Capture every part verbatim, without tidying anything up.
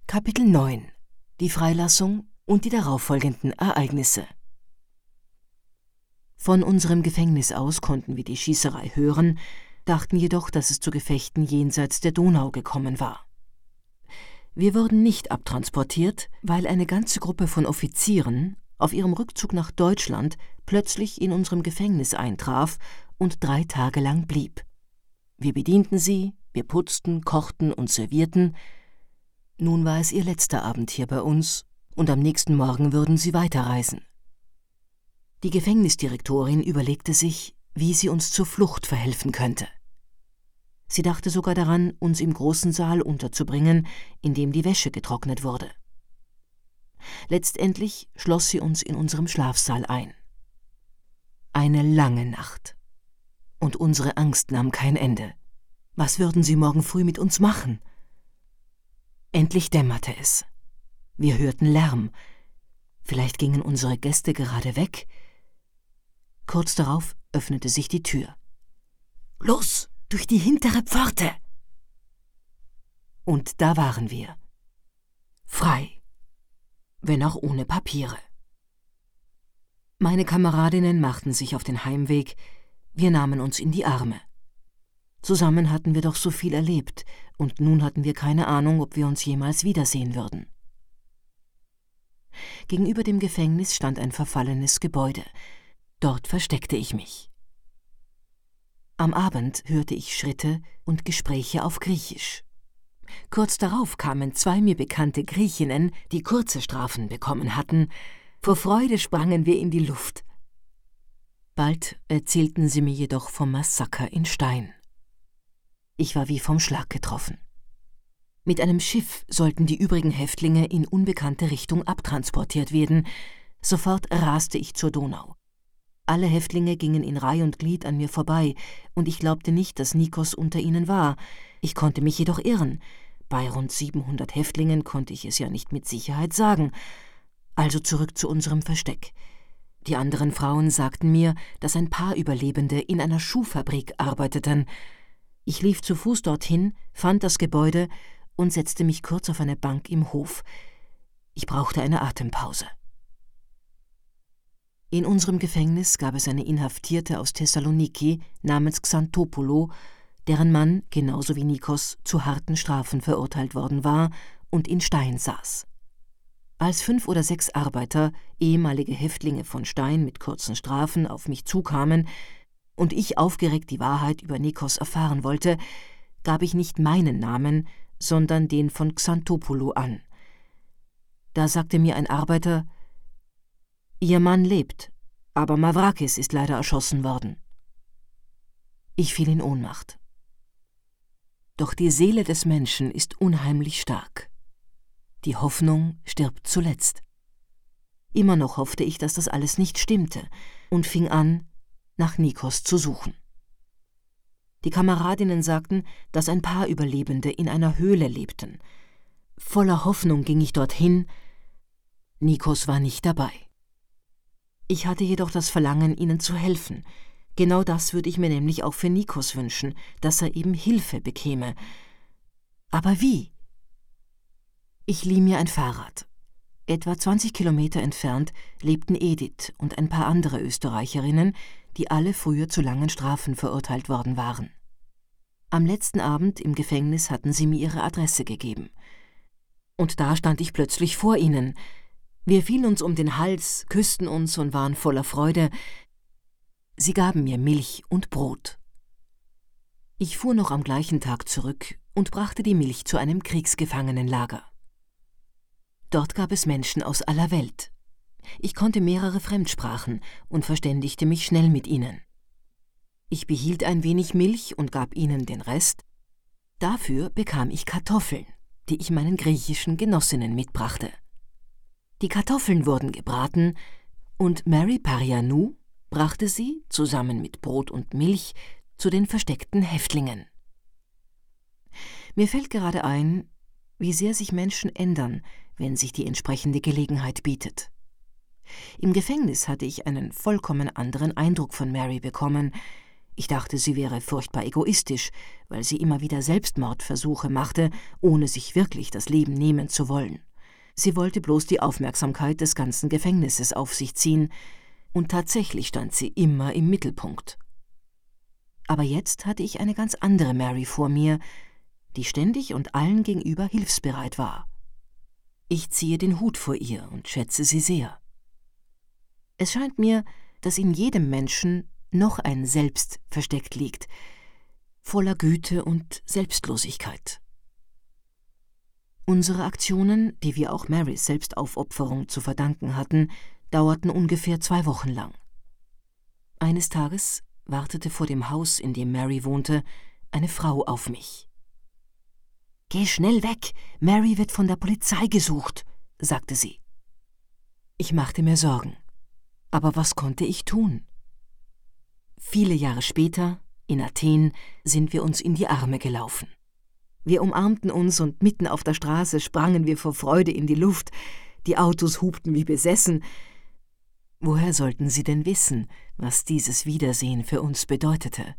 Kapitel neun. Die Freilassung und die darauffolgenden Ereignisse. Von unserem Gefängnis aus konnten wir die Schießerei hören, dachten jedoch, dass es zu Gefechten jenseits der Donau gekommen war. Wir wurden nicht abtransportiert, weil eine ganze Gruppe von Offizieren auf ihrem Rückzug nach Deutschland plötzlich in unserem Gefängnis eintraf und drei Tage lang blieb. Wir bedienten sie, wir putzten, kochten und servierten. Nun war es ihr letzter Abend hier bei uns, und am nächsten Morgen würden sie weiterreisen. Die Gefängnisdirektorin überlegte sich, wie sie uns zur Flucht verhelfen könnte. Sie dachte sogar daran, uns im großen Saal unterzubringen, in dem die Wäsche getrocknet wurde. Letztendlich schloss sie uns in unserem Schlafsaal ein. Eine lange Nacht. Und unsere Angst nahm kein Ende. Was würden sie morgen früh mit uns machen? Endlich dämmerte es. Wir hörten Lärm. Vielleicht gingen unsere Gäste gerade weg. Kurz darauf öffnete sich die Tür. »Los, durch die hintere Pforte!« Und da waren wir. Frei. Wenn auch ohne Papiere. Meine Kameradinnen machten sich auf den Heimweg. Wir nahmen uns in die Arme. Zusammen hatten wir doch so viel erlebt, und nun hatten wir keine Ahnung, ob wir uns jemals wiedersehen würden. Gegenüber dem Gefängnis stand ein verfallenes Gebäude. Dort versteckte ich mich. Am Abend hörte ich Schritte und Gespräche auf Griechisch. Kurz darauf kamen zwei mir bekannte Griechinnen, die kurze Strafen bekommen hatten. Vor Freude sprangen wir in die Luft. Bald erzählten sie mir jedoch vom Massaker in Stein. Ich war wie vom Schlag getroffen. Mit einem Schiff sollten die übrigen Häftlinge in unbekannte Richtung abtransportiert werden. Sofort raste ich zur Donau. Alle Häftlinge gingen in Reih und Glied an mir vorbei, und ich glaubte nicht, dass Nikos unter ihnen war. Ich konnte mich jedoch irren. Bei rund siebenhundert Häftlingen konnte ich es ja nicht mit Sicherheit sagen. Also zurück zu unserem Versteck. Die anderen Frauen sagten mir, dass ein paar Überlebende in einer Schuhfabrik arbeiteten. Ich lief zu Fuß dorthin, fand das Gebäude und setzte mich kurz auf eine Bank im Hof. Ich brauchte eine Atempause. In unserem Gefängnis gab es eine Inhaftierte aus Thessaloniki namens Xantopoulou, deren Mann, genauso wie Nikos, zu harten Strafen verurteilt worden war und in Stein saß. Als fünf oder sechs Arbeiter, ehemalige Häftlinge von Stein mit kurzen Strafen, auf mich zukamen und ich aufgeregt die Wahrheit über Nikos erfahren wollte, gab ich nicht meinen Namen, sondern den von Xantopoulou an. Da sagte mir ein Arbeiter: »Ihr Mann lebt, aber Mavrakis ist leider erschossen worden.« Ich fiel in Ohnmacht. Doch die Seele des Menschen ist unheimlich stark. Die Hoffnung stirbt zuletzt. Immer noch hoffte ich, dass das alles nicht stimmte, und fing an, nach Nikos zu suchen. Die Kameradinnen sagten, dass ein paar Überlebende in einer Höhle lebten. Voller Hoffnung ging ich dorthin. Nikos war nicht dabei. Ich hatte jedoch das Verlangen, ihnen zu helfen. Genau das würde ich mir nämlich auch für Nikos wünschen, dass er eben Hilfe bekäme. Aber wie? Ich lieh mir ein Fahrrad. Etwa zwanzig Kilometer entfernt lebten Edith und ein paar andere Österreicherinnen, die alle früher zu langen Strafen verurteilt worden waren. Am letzten Abend im Gefängnis hatten sie mir ihre Adresse gegeben. Und da stand ich plötzlich vor ihnen. Wir fielen uns um den Hals, küssten uns und waren voller Freude. Sie gaben mir Milch und Brot. Ich fuhr noch am gleichen Tag zurück und brachte die Milch zu einem Kriegsgefangenenlager. Dort gab es Menschen aus aller Welt. Ich konnte mehrere Fremdsprachen und verständigte mich schnell mit ihnen. Ich behielt ein wenig Milch und gab ihnen den Rest. Dafür bekam ich Kartoffeln, die ich meinen griechischen Genossinnen mitbrachte. Die Kartoffeln wurden gebraten und Mary Parianou brachte sie, zusammen mit Brot und Milch, zu den versteckten Häftlingen. Mir fällt gerade ein, wie sehr sich Menschen ändern, wenn sich die entsprechende Gelegenheit bietet. Im Gefängnis hatte ich einen vollkommen anderen Eindruck von Mary bekommen. Ich dachte, sie wäre furchtbar egoistisch, weil sie immer wieder Selbstmordversuche machte, ohne sich wirklich das Leben nehmen zu wollen. Sie wollte bloß die Aufmerksamkeit des ganzen Gefängnisses auf sich ziehen, und tatsächlich stand sie immer im Mittelpunkt. Aber jetzt hatte ich eine ganz andere Mary vor mir, die ständig und allen gegenüber hilfsbereit war. Ich ziehe den Hut vor ihr und schätze sie sehr. Es scheint mir, dass in jedem Menschen noch ein Selbst versteckt liegt, voller Güte und Selbstlosigkeit. Unsere Aktionen, die wir auch Marys Selbstaufopferung zu verdanken hatten, dauerten ungefähr zwei Wochen lang. Eines Tages wartete vor dem Haus, in dem Mary wohnte, eine Frau auf mich. »Geh schnell weg, Mary wird von der Polizei gesucht«, sagte sie. Ich machte mir Sorgen. Aber was konnte ich tun? Viele Jahre später, in Athen, sind wir uns in die Arme gelaufen. Wir umarmten uns und mitten auf der Straße sprangen wir vor Freude in die Luft. Die Autos hupten wie besessen. Woher sollten sie denn wissen, was dieses Wiedersehen für uns bedeutete?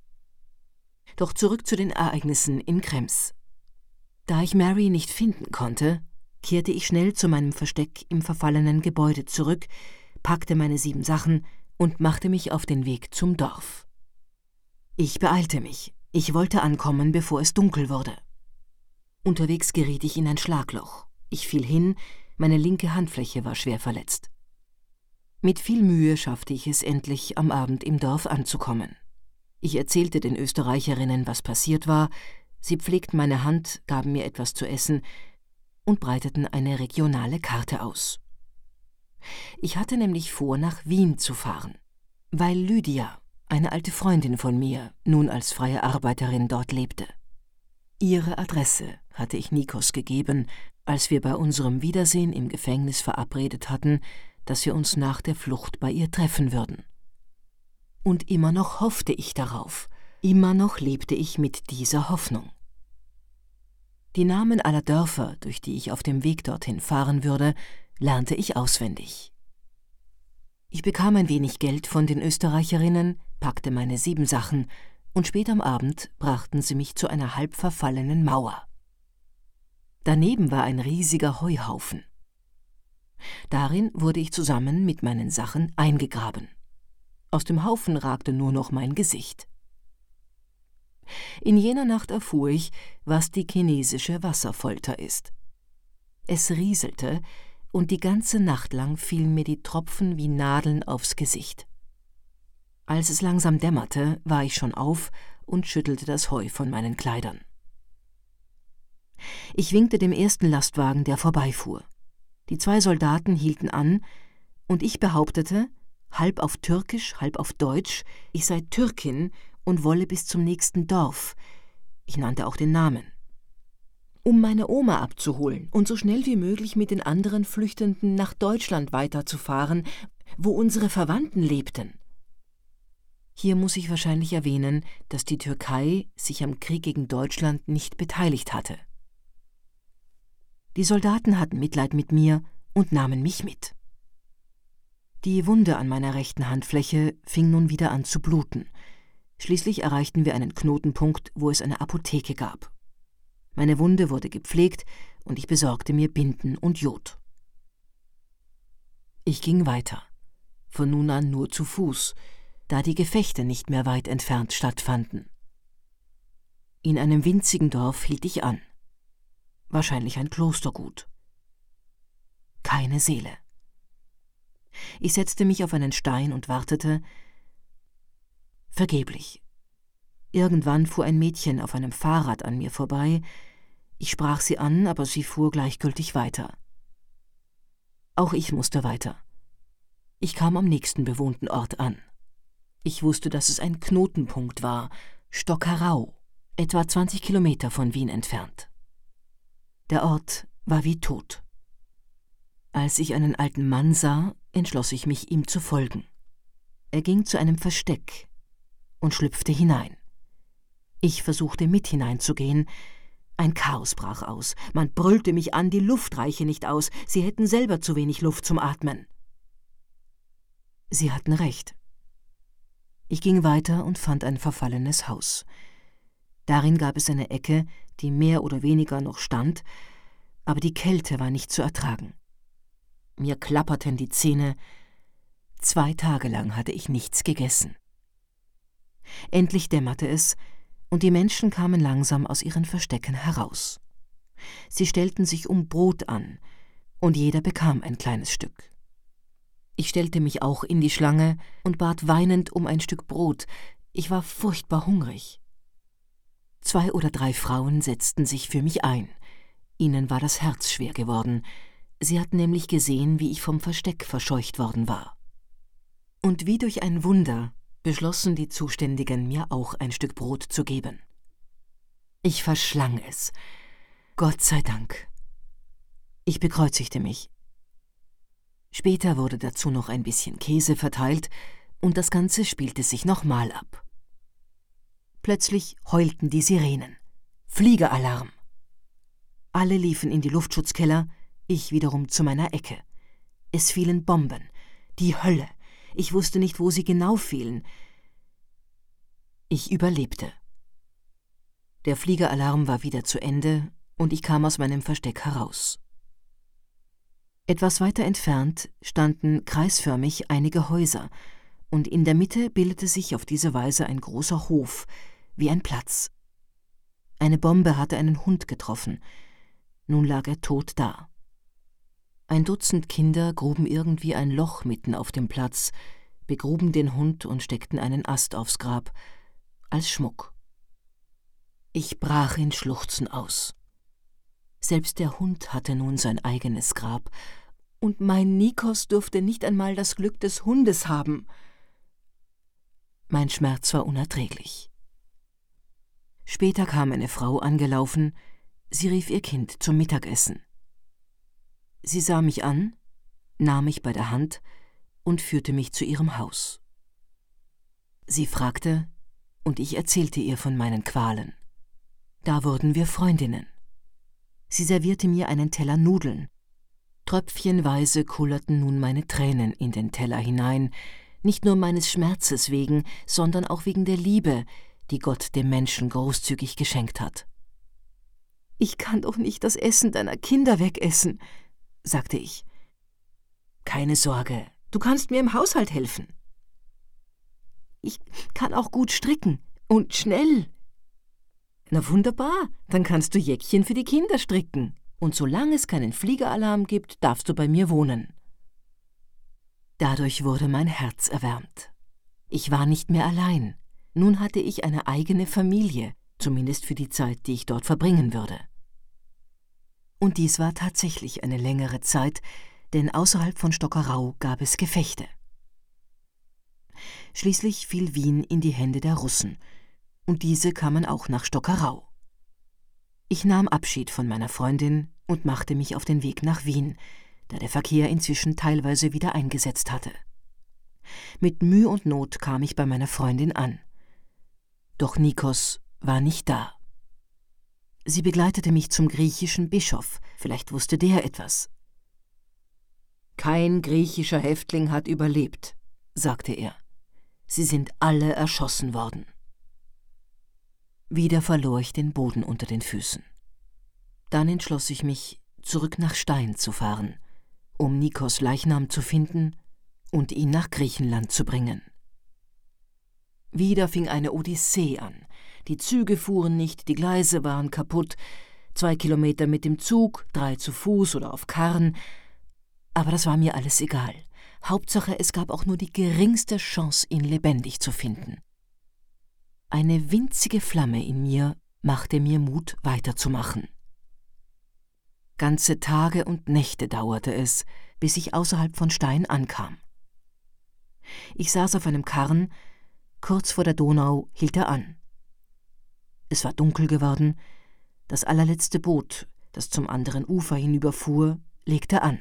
Doch zurück zu den Ereignissen in Krems. Da ich Mary nicht finden konnte, kehrte ich schnell zu meinem Versteck im verfallenen Gebäude zurück, packte meine sieben Sachen und machte mich auf den Weg zum Dorf. Ich beeilte mich. Ich wollte ankommen, bevor es dunkel wurde. Unterwegs geriet ich in ein Schlagloch. Ich fiel hin, meine linke Handfläche war schwer verletzt. Mit viel Mühe schaffte ich es endlich, am Abend im Dorf anzukommen. Ich erzählte den Österreicherinnen, was passiert war. Sie pflegten meine Hand, gaben mir etwas zu essen und breiteten eine regionale Karte aus. Ich hatte nämlich vor, nach Wien zu fahren, weil Lydia, eine alte Freundin von mir, nun als freie Arbeiterin dort lebte. Ihre Adresse hatte ich Nikos gegeben, als wir bei unserem Wiedersehen im Gefängnis verabredet hatten, dass wir uns nach der Flucht bei ihr treffen würden. Und immer noch hoffte ich darauf, immer noch lebte ich mit dieser Hoffnung. Die Namen aller Dörfer, durch die ich auf dem Weg dorthin fahren würde, lernte ich auswendig. Ich bekam ein wenig Geld von den Österreicherinnen, packte meine sieben Sachen und spät am Abend brachten sie mich zu einer halb verfallenen Mauer. Daneben war ein riesiger Heuhaufen. Darin wurde ich zusammen mit meinen Sachen eingegraben. Aus dem Haufen ragte nur noch mein Gesicht. In jener Nacht erfuhr ich, was die chinesische Wasserfolter ist. Es rieselte, und die ganze Nacht lang fielen mir die Tropfen wie Nadeln aufs Gesicht. Als es langsam dämmerte, war ich schon auf und schüttelte das Heu von meinen Kleidern. Ich winkte dem ersten Lastwagen, der vorbeifuhr. Die zwei Soldaten hielten an, und ich behauptete, halb auf Türkisch, halb auf Deutsch, ich sei Türkin und wolle bis zum nächsten Dorf. Ich nannte auch den Namen. Um meine Oma abzuholen und so schnell wie möglich mit den anderen Flüchtenden nach Deutschland weiterzufahren, wo unsere Verwandten lebten. Hier muss ich wahrscheinlich erwähnen, dass die Türkei sich am Krieg gegen Deutschland nicht beteiligt hatte. Die Soldaten hatten Mitleid mit mir und nahmen mich mit. Die Wunde an meiner rechten Handfläche fing nun wieder an zu bluten. Schließlich erreichten wir einen Knotenpunkt, wo es eine Apotheke gab. Meine Wunde wurde gepflegt und ich besorgte mir Binden und Jod. Ich ging weiter, von nun an nur zu Fuß, da die Gefechte nicht mehr weit entfernt stattfanden. In einem winzigen Dorf hielt ich an. Wahrscheinlich ein Klostergut. Keine Seele. Ich setzte mich auf einen Stein und wartete. Vergeblich. Irgendwann fuhr ein Mädchen auf einem Fahrrad an mir vorbei. Ich sprach sie an, aber sie fuhr gleichgültig weiter. Auch ich musste weiter. Ich kam am nächsten bewohnten Ort an. Ich wusste, dass es ein Knotenpunkt war, Stockerau, etwa zwanzig Kilometer von Wien entfernt. Der Ort war wie tot. Als ich einen alten Mann sah, entschloss ich mich, ihm zu folgen. Er ging zu einem Versteck und schlüpfte hinein. Ich versuchte mit hineinzugehen. Ein Chaos brach aus. Man brüllte mich an, die Luft reiche nicht aus. Sie hätten selber zu wenig Luft zum Atmen. Sie hatten recht. Ich ging weiter und fand ein verfallenes Haus. Darin gab es eine Ecke, die mehr oder weniger noch stand, aber die Kälte war nicht zu ertragen. Mir klapperten die Zähne. Zwei Tage lang hatte ich nichts gegessen. Endlich dämmerte es, und die Menschen kamen langsam aus ihren Verstecken heraus. Sie stellten sich um Brot an, und jeder bekam ein kleines Stück. Ich stellte mich auch in die Schlange und bat weinend um ein Stück Brot. Ich war furchtbar hungrig. Zwei oder drei Frauen setzten sich für mich ein. Ihnen war das Herz schwer geworden. Sie hatten nämlich gesehen, wie ich vom Versteck verscheucht worden war. Und wie durch ein Wunder beschlossen die Zuständigen, mir auch ein Stück Brot zu geben. Ich verschlang es. Gott sei Dank. Ich bekreuzigte mich. Später wurde dazu noch ein bisschen Käse verteilt, und das Ganze spielte sich nochmal ab. Plötzlich heulten die Sirenen. Fliegeralarm! Alle liefen in die Luftschutzkeller, ich wiederum zu meiner Ecke. Es fielen Bomben. Die Hölle! Ich wusste nicht, wo sie genau fielen. Ich überlebte. Der Fliegeralarm war wieder zu Ende, und ich kam aus meinem Versteck heraus. Etwas weiter entfernt standen kreisförmig einige Häuser, und in der Mitte bildete sich auf diese Weise ein großer Hof, wie ein Platz. Eine Bombe hatte einen Hund getroffen. Nun lag er tot da. Ein Dutzend Kinder gruben irgendwie ein Loch mitten auf dem Platz, begruben den Hund und steckten einen Ast aufs Grab, als Schmuck. Ich brach in Schluchzen aus. Selbst der Hund hatte nun sein eigenes Grab, und mein Nikos durfte nicht einmal das Glück des Hundes haben. Mein Schmerz war unerträglich. Später kam eine Frau angelaufen, sie rief ihr Kind zum Mittagessen. Sie sah mich an, nahm mich bei der Hand und führte mich zu ihrem Haus. Sie fragte, und ich erzählte ihr von meinen Qualen. Da wurden wir Freundinnen. Sie servierte mir einen Teller Nudeln. Tröpfchenweise kullerten nun meine Tränen in den Teller hinein, nicht nur meines Schmerzes wegen, sondern auch wegen der Liebe, die Gott dem Menschen großzügig geschenkt hat. »Ich kann doch nicht das Essen deiner Kinder wegessen«, sagte ich. »Keine Sorge, du kannst mir im Haushalt helfen.« »Ich kann auch gut stricken und schnell.« »Na wunderbar, dann kannst du Jäckchen für die Kinder stricken. Und solange es keinen Fliegeralarm gibt, darfst du bei mir wohnen.« Dadurch wurde mein Herz erwärmt. Ich war nicht mehr allein. Nun hatte ich eine eigene Familie, zumindest für die Zeit, die ich dort verbringen würde. Und dies war tatsächlich eine längere Zeit, denn außerhalb von Stockerau gab es Gefechte. Schließlich fiel Wien in die Hände der Russen, und diese kamen auch nach Stockerau. Ich nahm Abschied von meiner Freundin und machte mich auf den Weg nach Wien, da der Verkehr inzwischen teilweise wieder eingesetzt hatte. Mit Mühe und Not kam ich bei meiner Freundin an. Doch Nikos war nicht da. Sie begleitete mich zum griechischen Bischof, vielleicht wusste der etwas. »Kein griechischer Häftling hat überlebt«, sagte er. »Sie sind alle erschossen worden.« Wieder verlor ich den Boden unter den Füßen. Dann entschloss ich mich, zurück nach Stein zu fahren, um Nikos Leichnam zu finden und ihn nach Griechenland zu bringen. Wieder fing eine Odyssee an. Die Züge fuhren nicht, die Gleise waren kaputt, zwei Kilometer mit dem Zug, drei zu Fuß oder auf Karren. Aber das war mir alles egal. Hauptsache, es gab auch nur die geringste Chance, ihn lebendig zu finden. Eine winzige Flamme in mir machte mir Mut, weiterzumachen. Ganze Tage und Nächte dauerte es, bis ich außerhalb von Stein ankam. Ich saß auf einem Karren, kurz vor der Donau hielt er an. Es war dunkel geworden, das allerletzte Boot, das zum anderen Ufer hinüberfuhr, legte an.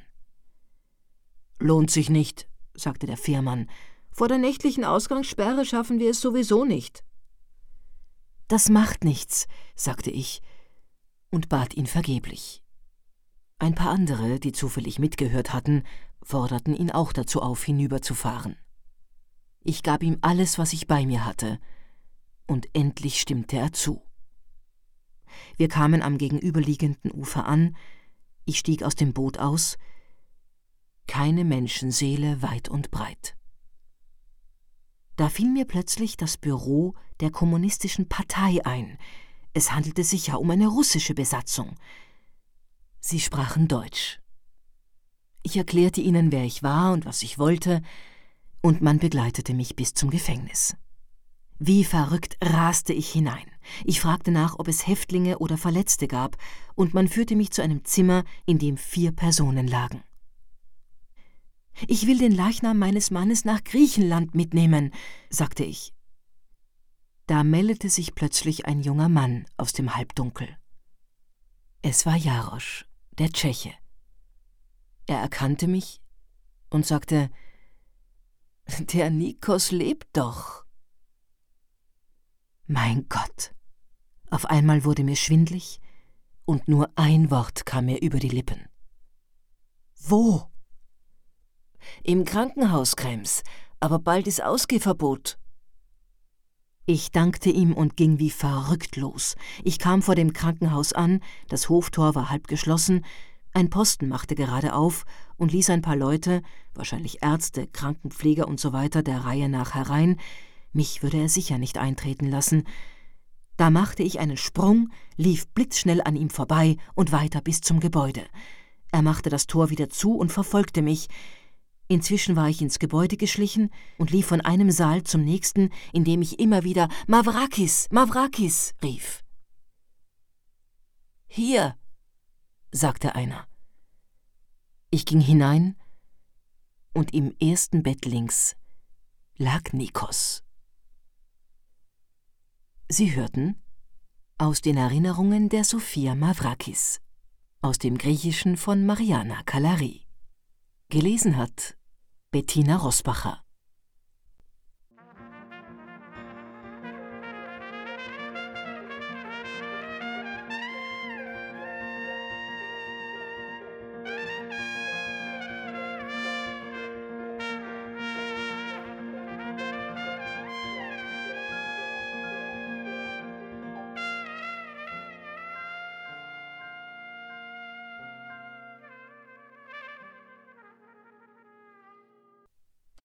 »Lohnt sich nicht«, sagte der Fährmann, »vor der nächtlichen Ausgangssperre schaffen wir es sowieso nicht.« »Das macht nichts«, sagte ich und bat ihn vergeblich. Ein paar andere, die zufällig mitgehört hatten, forderten ihn auch dazu auf, hinüberzufahren. Ich gab ihm alles, was ich bei mir hatte, und endlich stimmte er zu. Wir kamen am gegenüberliegenden Ufer an, ich stieg aus dem Boot aus, keine Menschenseele weit und breit. Da fiel mir plötzlich das Büro der Kommunistischen Partei ein. Es handelte sich ja um eine russische Besatzung. Sie sprachen Deutsch. Ich erklärte ihnen, wer ich war und was ich wollte, und man begleitete mich bis zum Gefängnis. Wie verrückt raste ich hinein. Ich fragte nach, ob es Häftlinge oder Verletzte gab, und man führte mich zu einem Zimmer, in dem vier Personen lagen. »Ich will den Leichnam meines Mannes nach Griechenland mitnehmen«, sagte ich. Da meldete sich plötzlich ein junger Mann aus dem Halbdunkel. Es war Jarosch, der Tscheche. Er erkannte mich und sagte: »Der Nikos lebt doch.« Mein Gott! Auf einmal wurde mir schwindlig und nur ein Wort kam mir über die Lippen. »Wo?« »Im Krankenhaus, Krems, aber bald ist Ausgehverbot.« Ich dankte ihm und ging wie verrückt los. Ich kam vor dem Krankenhaus an, das Hoftor war halb geschlossen, ein Posten machte gerade auf und ließ ein paar Leute, wahrscheinlich Ärzte, Krankenpfleger und so weiter, der Reihe nach herein. Mich würde er sicher nicht eintreten lassen. Da machte ich einen Sprung, lief blitzschnell an ihm vorbei und weiter bis zum Gebäude. Er machte das Tor wieder zu und verfolgte mich. Inzwischen war ich ins Gebäude geschlichen und lief von einem Saal zum nächsten, in dem ich immer wieder »Mavrakis, Mavrakis« rief. »Hier«, sagte einer. Ich ging hinein, und im ersten Bett links lag Nikos. Sie hörten aus den Erinnerungen der Sophia Mavrakis, aus dem Griechischen von Mariana Kalari. Gelesen hat Bettina Rosbacher.